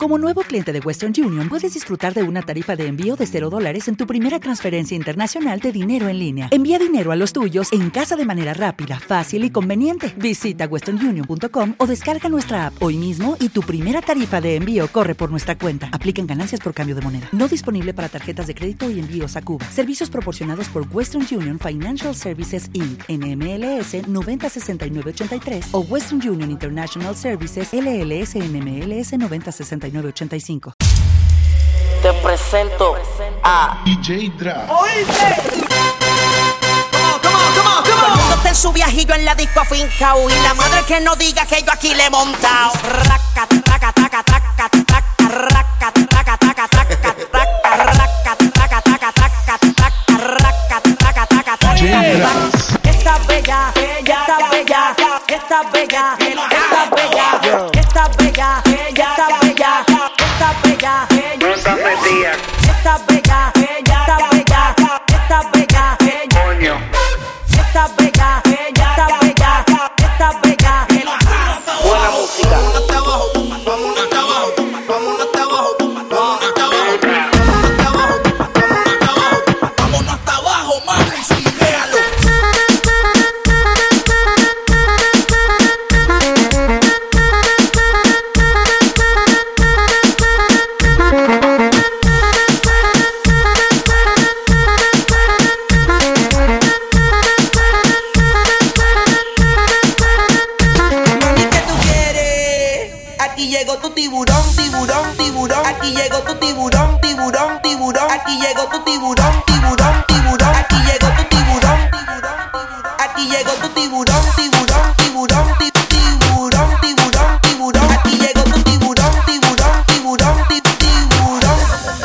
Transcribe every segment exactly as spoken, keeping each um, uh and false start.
Como nuevo cliente de Western Union, puedes disfrutar de una tarifa de envío de cero dólares en tu primera transferencia internacional de dinero en línea. Envía dinero a los tuyos en casa de manera rápida, fácil y conveniente. Visita western union punto com o descarga nuestra app hoy mismo y tu primera tarifa de envío corre por nuestra cuenta. Aplican ganancias por cambio de moneda. No disponible para tarjetas de crédito y envíos a Cuba. Servicios proporcionados por Western Union Financial Services incorporated. N M L S noventa sesenta y nueve ochenta y tres o Western Union International Services L L S N M L S noventa sesenta y nueve ochenta y cinco. Te presento a D J Dra. ¡Oíste! Come on, come on, come on. Todo el mundo está en su viajillo en la disco afincao y la madre que no diga que yo aquí le he montao. Raca, traca, traca, traca, traca, raca, traca, traca, traca, traca, raca, traca, traca, traca, traca, raca, traca, traca, traca. Esta bella, esta bella, esta bella, esta bella, esta bella, esta bella, esta bella, esta bella, esta bella, esta bella, esta bella, coño, esta bella, esta bella, esta bella, buena música. Hasta abajo, vamos hasta abajo, vamos hasta abajo, vamos hasta abajo, hasta abajo, vamos hasta abajo, vamos hasta abajo, mami, sí, véalo. Tu tiburón, tiburón, tiburón. Aquí llegó tu tiburón, tiburón, tiburón. Aquí llegó tu tiburón, tiburón, tiburón. Aquí llegó tu tiburón, tiburón, tiburón. Aquí llegó tu tiburón, tiburón, tiburón, tiburón, tiburón, tiburón. Aquí llegó tu tiburón, tiburón, tiburón, tiburón.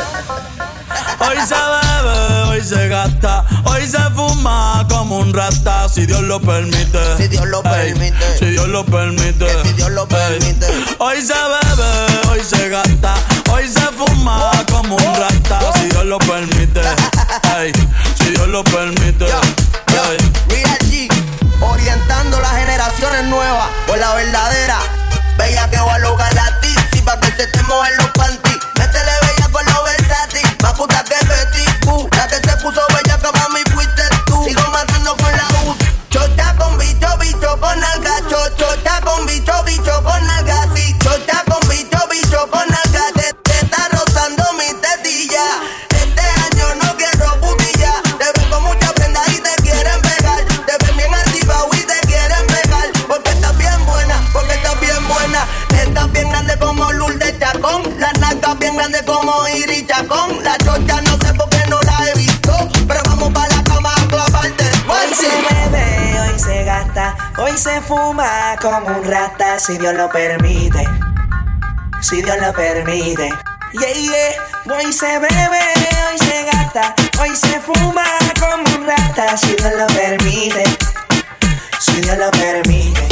Hoy se bebe, hoy se gasta, hoy se fuma como un rata, si Dios lo permite. Si Dios lo permite. Ey, si Dios lo permite. Que si Dios lo permite. Ey, hoy se bebe, hoy se gasta, hoy se fuma como un rata, si Dios lo permite. Ey, si Dios lo permite. Yo, yo, Real G, orientando las generaciones nuevas por la verdadera. Bella que va a lograr la tizi pa' que se te mojen los panties. Métele bella con los versátil, más puta que Betty Boo. La que se puso bella que mami fuiste tú. Sigo matando con la U. Chota con bicho, bicho con nalga. Chota con bicho, bicho con nalga. Sí, chota con bicho, bicho con nalga. Te, te está rozando mi tetilla. Este año no quiero putilla. Te ven con mucha prenda y te quieren pegar. Te ven bien activado y te quieren pegar. Porque estás bien buena, porque estás bien buena. Estás bien grande como Lourdes Chacón. Las nalgas bien grandes como Iris Chacón. La chota no sé por qué no la he visto, pero vamos para la cama a clavarte. Hoy se bebe, hoy se gasta, hoy se fuma como un rata, si Dios lo permite, si Dios lo permite. Yeah, yeah. Hoy se bebe, hoy se gasta, hoy se fuma como un rata, si Dios lo permite, si Dios lo permite.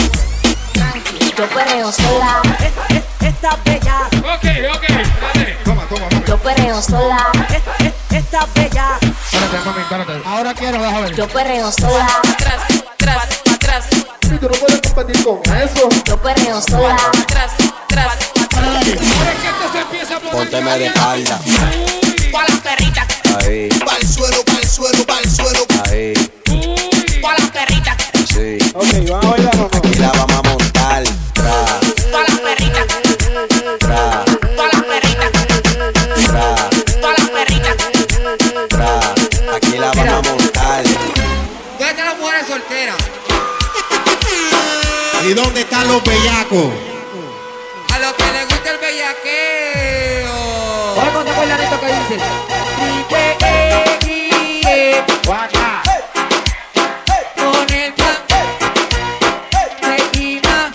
Yo perreo sola. Esta bella. Ok, ok, dale. Toma, toma, toma. Yo perreo sola. Esta bella. Espérate, mami, espérate. Ahora quiero, déjame ver. Yo perreo sola. Atrás, atrás, atrás. Si tú no puedes competir con eso. Yo perreo sola. Atrás, atrás, atrás. Ahora es que esto se empieza a poner. Pónteme de espalda. Pa' las perritas. Ahí, Pa' el suelo, pa' el suelo, pa' el suelo. ahí, Pa' las perritas. sí. Ok, vamos a bailar, mamá. Aquí la vamos a montar. Tra, Pa' las perritas. tra, Pa' las perritas. tra, Pa' las perritas. tra. Aquí la vamos a montar. ¿Dónde están las mujeres solteras? ¿Y dónde están los bellacos? A los que les gusta el bellaqueo. Ahora cuando fue la neta que dice Guaca Con el pan Regina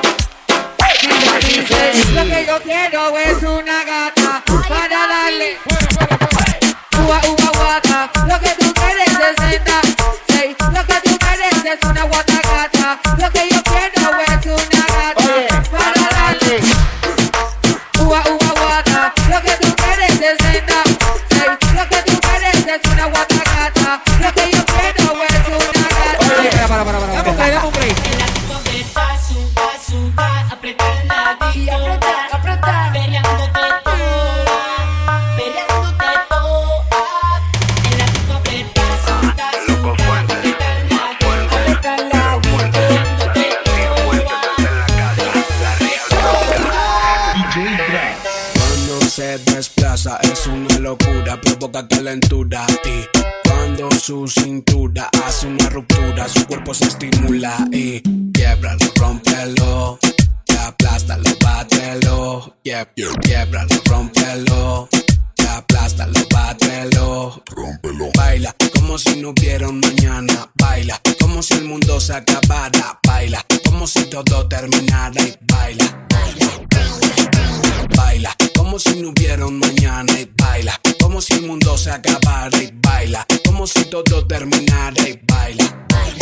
dice, lo que yo quiero es una gata para darle uva, uva, guata. Lo que tú quieres es senta. Hey, lo que tú quieres es una guata gata. Lo que yo quiero es una gata para darle uva, uva, guata. Lo que tú quieres es senta. Hey, lo que tú quieres es una guata gata. Lo que yo quiero es una gata. Oye, para, para, para, para. Dame un break, dame un break. Apretar, apretar, apretar, apretar, apretar, Cuando se desplaza es una locura, provoca calentura y cuando su cintura hace una ruptura, su cuerpo se estimula y quiebralo, rómpelo, te aplástalo, bátelo, yeah, yeah. Quiebralo, rómpelo, te aplástalo, bátelo, rómpelo. Baila como si no hubiera un mañana, baila como si el mundo se acabara, baila como si todo terminara y baila, baila. Baila como si no hubiera un mañana y baila como si el mundo se acabara y baila como si todo terminara y baila,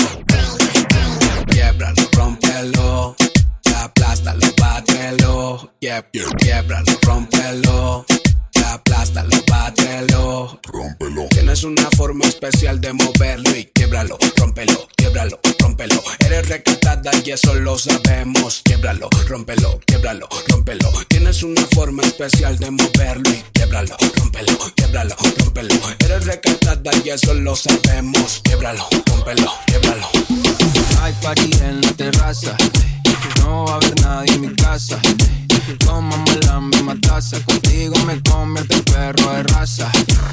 baila. Quiebralo, rómpelo, te aplástalo, bátelo, yeah, yeah. Quiebralo, rómpelo, te aplástalo, bátelo, rómpelo. Tienes una forma especial de moverlo y quiebralo, rómpelo, quiebralo, rómpelo. Eres recatada y eso lo sabemos. Quiebralo, rómpelo, quiebralo, rómpelo. Tienes una forma especial de moverlo y quiebralo, rómpelo, quiebralo, rómpelo. Eres recatada y eso lo sabemos. Quiebralo, rómpelo, quiebralo. Hay party en la terraza, no va a haber nadie en mi casa. Tómame la misma taza, contigo me convierto en perro de raza.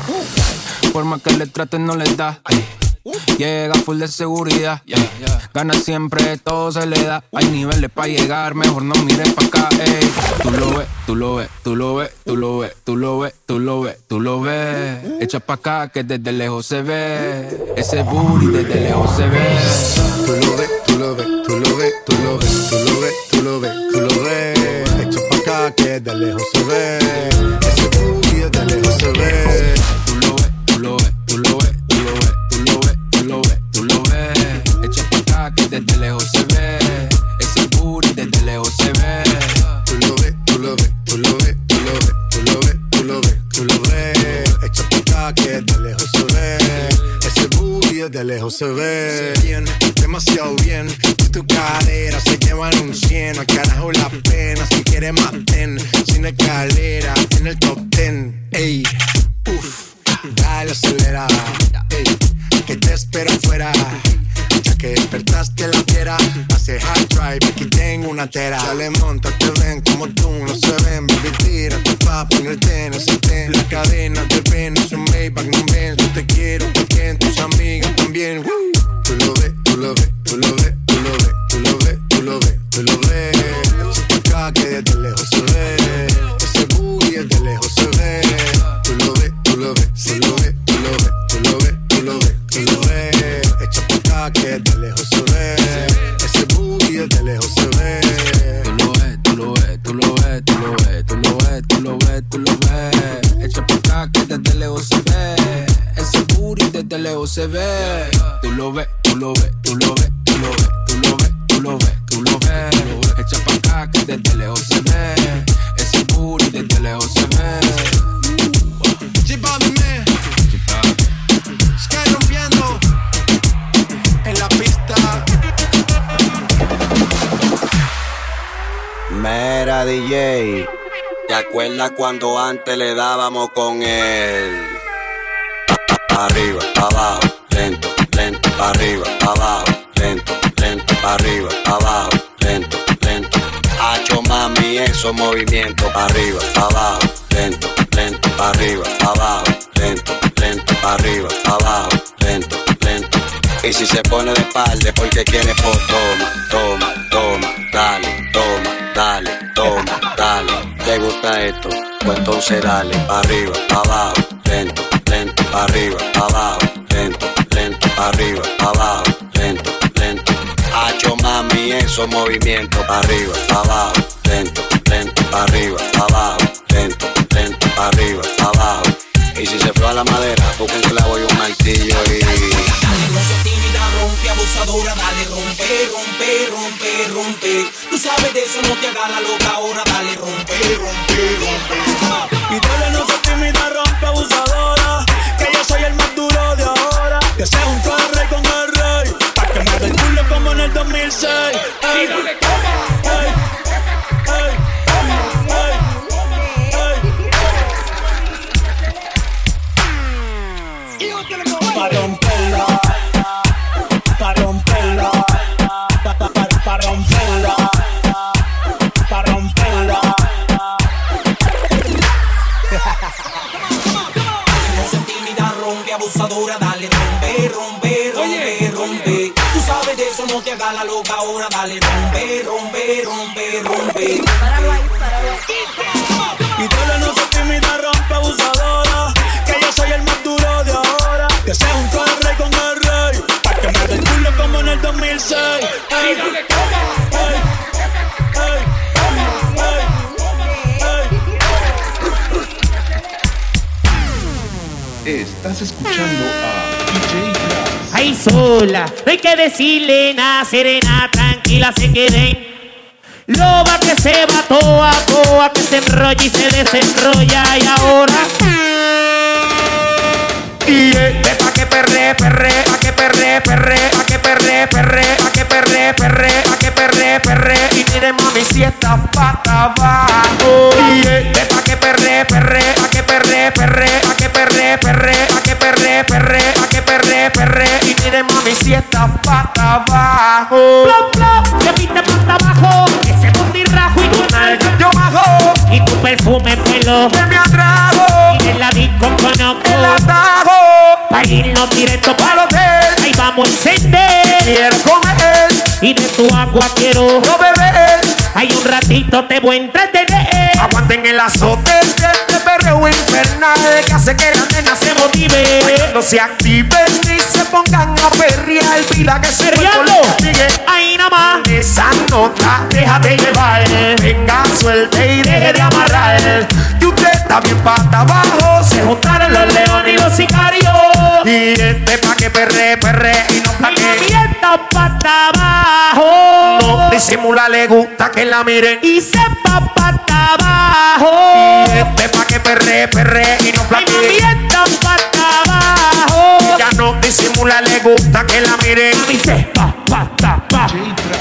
Por más que le traten no le da. Llega full de seguridad, gana siempre, todo se le da. Hay niveles pa' llegar, mejor no mires pa' acá, ey. Tú lo ves, tú lo ves, tú lo ves, tú lo ves, tú lo ves, tú lo ves, tú lo ves. Echa pa' acá que desde lejos se ve, ese booty desde lejos se ve. Tú lo ves, tú lo ves, tú lo ves, tú lo ves, tú lo ves, tú lo ves, tú lo ves. Echa pa' acá que desde lejos se ve, ese booty desde lejos se ve. Tú lo ves, tú lo ves, tú lo ves, tú lo ves, tú lo ves, tú lo ves, tú lo ves. Echa pa' acá que desde lejos se ve, ese booty desde lejos se ve. Tú lo ves, tú lo ves, tú lo ves, tú lo ves, tú lo ves, tú lo ves, tú lo ves. Echa pa' acá que desde lejos se ve, ese booty desde lejos se ve. Bien, demasiado bien, y tu cadera se llevan un cien. Al carajo la pena, si quieres maten, sin escalera, en el top ten. Ey, uff, dale acelera, ey, que te espero afuera. Ya que despertaste la fiera, hace hard drive, aquí tengo una tera. Dale, montate, ven como tú no se ven. Baby, tírate pa' ponerte en ese ten. La cadena te ven, es un Maybach, no ven. Yo te quiero porque tus amigas también. Tú lo ves, tú lo ves, tú lo ves, tú lo ves, tú lo ves, tú lo ves, tú lo ves. Echa acá que desde lejos se ve, ese booty desde lejos se ve. Tú lo ves, tú lo ves, tú lo ves, tú lo ves, tú lo ves, tú lo ves, tú lo ves. Echa acá que desde lejos se ve, ese booty desde lejos se ve. Tú lo ves, tú lo ves, tú lo ves, tú lo ves, tú lo ves, tú lo ves, tú lo ves. Echa pa' acá que desde lejos se ve, ese booty desde lejos se ve. Tú lo ves, tú lo ves, tú lo ves, tú lo ves, tú lo ves, tú lo ves, tú lo ves. Echa pa' acá que desde lejos se ve, ese booty desde lejos se ve. Chipame, Sky rompiendo en la pista. Mera D J, ¿te acuerdas cuando antes le dábamos con él? Arriba, abajo, lento, lento, arriba, abajo, lento, lento, arriba, abajo, lento, lento. Hacho mami, esos movimientos, arriba, abajo, lento, lento, arriba, abajo, lento, lento, arriba, abajo, lento, lento. Y si se pone de espalda porque quiere, pues toma, toma, toma, dale, toma, dale, toma, dale. ¿Te gusta esto? Pues entonces dale, arriba, abajo, lento, lento, arriba, abajo, lento, lento, arriba, abajo, lento, lento. Hacho mami, esos movimientos, arriba, abajo, lento, lento, arriba, abajo, lento, lento, arriba, abajo. Y si se fue a la madera, busca un clavo y un martillo y... Dale, no seas tímida, rompe, abusadora, dale, rompe, rompe, rompe, rompe. Tú sabes de eso, no te hagas la loca ahora, dale, rompe, rompe, rompe. Y dale, no seas tímida, rompe, abusadora, que yo soy el más duro de ahora. Que sea un rey con el rey, pa' que me dé el culo como en el dos mil seis. Ey, ey, ey, ey, ey. Pa' romperla, pa' romperla, pa' pa' pa' pa' romperla, pa' romperla, abusadora, dale rompe, rompe, rompe, rompe. Tú sabes de eso, no te hagas la loca ahora, dale rompe, rompe, rompe, rompe. Y dale no se tímida, rompe abusadora, que yo soy el más duro de ahora. Que se juntó el rey con el rey, pa' que me dé el culo como en el dos mil seis. Ey, ey, ey, ey, ey. Estás escuchando a D J Glass. Ay, sola, no hay que decirle nada, serena, tranquila, se queden. Loba que se va toa, toa, que se enrolla y se desenrolla y ahora. Y ve pa' que perre, perre, pa' que perre, perre, pa' que perre, perre, pa' que perre, perre, pa' que perre, perre. Y mire mami si esta pata abajo. Y ve pa' que perre, perre, pa' que perre, perre, pa' que perre, perre, pa' que perre, perre, pa' que perre, perre. Y mire mami si esta pata abajo. Plop, plop, que pinte pata abajo. Ese montirrajo y tu nalga yo bajo. Y tu perfume pelo que me atrajo. Y en la disco conozco el atajo. Pa' irnos directo para el hotel. Ahí vamos a encender. Quiero comer. Y de tu agua quiero no beber. Hay un ratito te voy a entretener. Aguanten el azote de este perreo infernal que hace que las nenas se motiven. No se activen ni se pongan a perrear. Pila que se perreando. Ahí nada más. Esa nota, déjate llevar. Venga, suelte y deje de amarrar. Que usted está bien pata abajo. Se juntaron los leones y los sicarios. Y este pa' que perre, perre y no pa' que esta pata abajo. No disimula, le gusta que la miren y sepa pata abajo. Y este pa' que perre, perre y no pa' que esta pata abajo. Ya no disimula, le gusta que la miren y sepa pata abajo.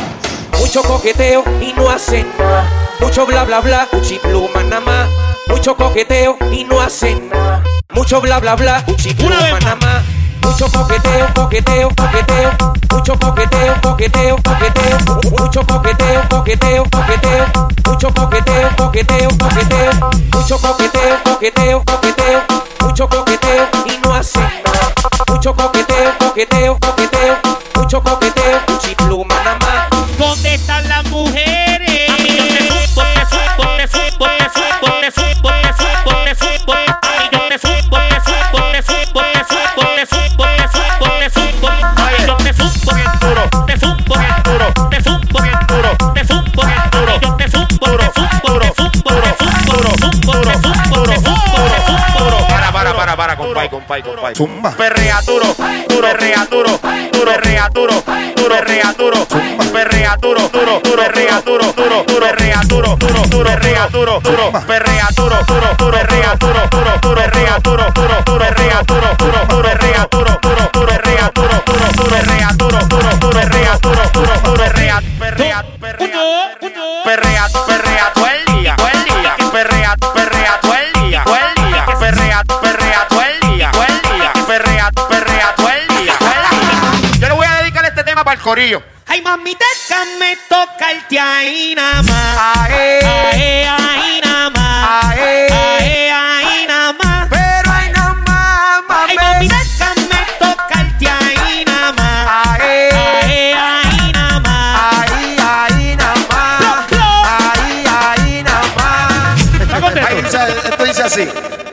Mucho coqueteo y no hacen nada. Mucho bla bla bla, cuchipluma nada más. Mucho coqueteo y no hacen nada. Mucho bla bla bla, cuchipluma nada más. Mucho coqueteo, coqueteo, coqueteo. Mucho coqueteo, coqueteo, coqueteo. Mucho coqueteo, coqueteo, coqueteo. Mucho coqueteo, coqueteo, coqueteo. Mucho coqueteo, coqueteo, coqueteo. Mucho coqueteo y no hacen nada. Mucho coqueteo, coqueteo, coqueteo. Mucho coqueteo, cuchipluma nada más. ¿Dónde están las mujeres? A mí yo te supo, te supo, te supo, te supo, te supo, te supo, te supo. A mí yo te supo, te supo, te supo, te supo, te supo, te supo, te supo. A mí yo te supo bien duro, te supo bien duro, te supo bien duro, te supo bien duro. Yo te supo, te supo, te supo, te supo, te supo, te supo, te supo, duro. Para, para, para, para, compay, compay, compay. Zumba. Perrea duro, duro, perrea duro, duro, perrea duro, duro, perrea duro, perrea duro, duro, duro, perrea duro, duro, duro, perrea duro, duro, duro, perrea duro, duro, perrea duro, duro, duro, perrea duro, duro, duro, perrea duro, duro, duro, perrea duro, duro, duro, perrea duro, duro, duro, perrea duro, duro, duro, perrea duro, duro, duro, perrea duro, duro, duro, perrea, perrea, perrea, perrea, perrea todo el día, todo el día, perrea, perrea todo el día, todo el día, perrea, perrea todo el día, todo el día, perrea, perrea todo el día, todo el día. Yo le voy a dedicar este tema para el corillo. Ay, mami, déjame tocarte ahí nada más. Ae, ae, ahí nada más. Ae, ae, ahí nada más. Pero ahí nada más, mami. Ay, mami, déjame tocarte ahí nada más. Ae, ae, ahí nada más. Ahí, ahí nada más. Ahí, ahí nada más. ¿Está contento? Esto dice así.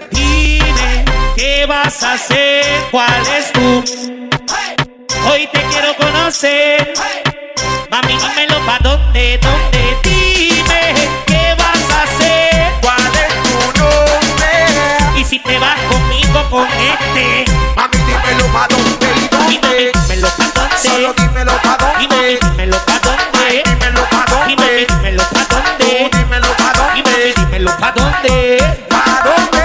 Dime, ¿qué vas a hacer? ¿Cuál es tu? Hoy te quiero conocer. Mami, dímelo pa' dónde, dónde. Dime, ¿qué vas a hacer? ¿Cuál es tu nombre? Y si te vas conmigo con este. Mami, dímelo pa' dónde y dónde. Y mami, dímelo pa' dónde. Solo dímelo pa' dónde. Y mami, dímelo pa' dónde. Dímelo pa' dónde. Y mami, dímelo pa' dónde. Dímelo pa' dónde. Y mami, dímelo pa' dónde. ¿Pa' dónde?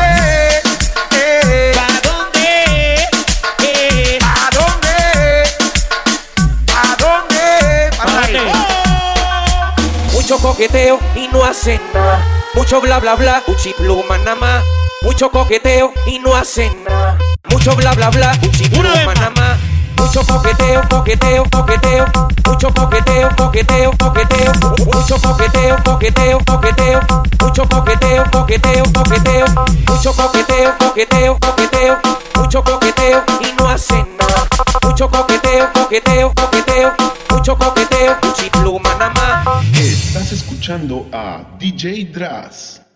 Mucho coqueteo y no hacen nada. Mucho bla bla bla, cuchipluma nada más. Mucho coqueteo y no hacen nada. Mucho bla bla bla, cuchipluma nada más. Mucho coqueteo, coqueteo, coqueteo. Mucho coqueteo, coqueteo, coqueteo. Mucho coqueteo, coqueteo, coqueteo. Mucho coqueteo, coqueteo, coqueteo. Mucho coqueteo, coqueteo, coqueteo. Mucho coqueteo coqueteo y no hacen nada. Mucho coqueteo, coqueteo, coqueteo. Mucho coqueteo, cuchipluma nada más. Estás escuchando a D J Draz.